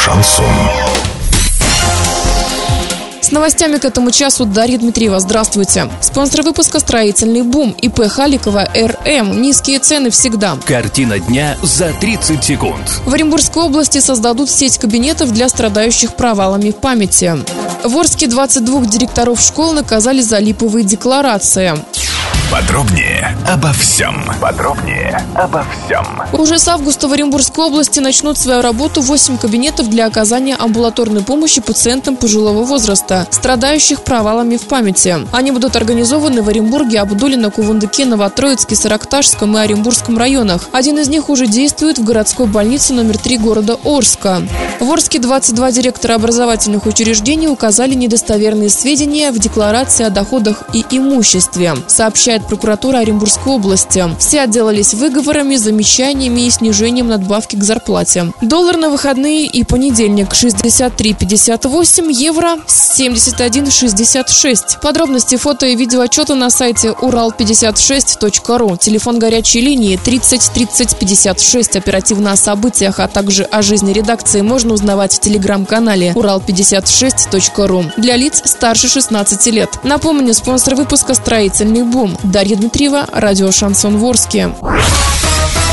Шансон. С новостями к этому часу Дарья Дмитриева. Здравствуйте. Спонсор выпуска «Строительный бум». ИП Халикова РМ. Низкие цены всегда. Картина дня за 30 секунд. В Оренбургской области создадут сеть кабинетов для страдающих провалами памяти. В Орске 22 директоров школ наказали за липовые декларации. Подробнее обо всем. Уже с августа в Оренбургской области начнут свою работу 8 кабинетов для оказания амбулаторной помощи пациентам пожилого возраста, страдающих провалами в памяти. Они будут организованы в Оренбурге, Абдулино, Кувундыке, Новотроицке, Саракташском и Оренбургском районах. Один из них уже действует в городской больнице номер 3 города Орска. В Орске 22 директора образовательных учреждений указали недостоверные сведения в декларации о доходах и имуществе, сообщает прокуратура Оренбургской области. Все отделались выговорами, замечаниями и снижением надбавки к зарплате. Доллар на выходные и понедельник 63,58, евро 71,66. Подробности фото и видеоотчета на сайте урал56.ру. Телефон горячей линии 30 30 56. Оперативно о событиях, а также о жизни редакции можно узнавать в телеграм-канале урал56.ру. Для лиц старше 16 лет. Напомню, спонсор выпуска «Строительный бум». Дарья Дмитриева, радио «Шансон» в Орске.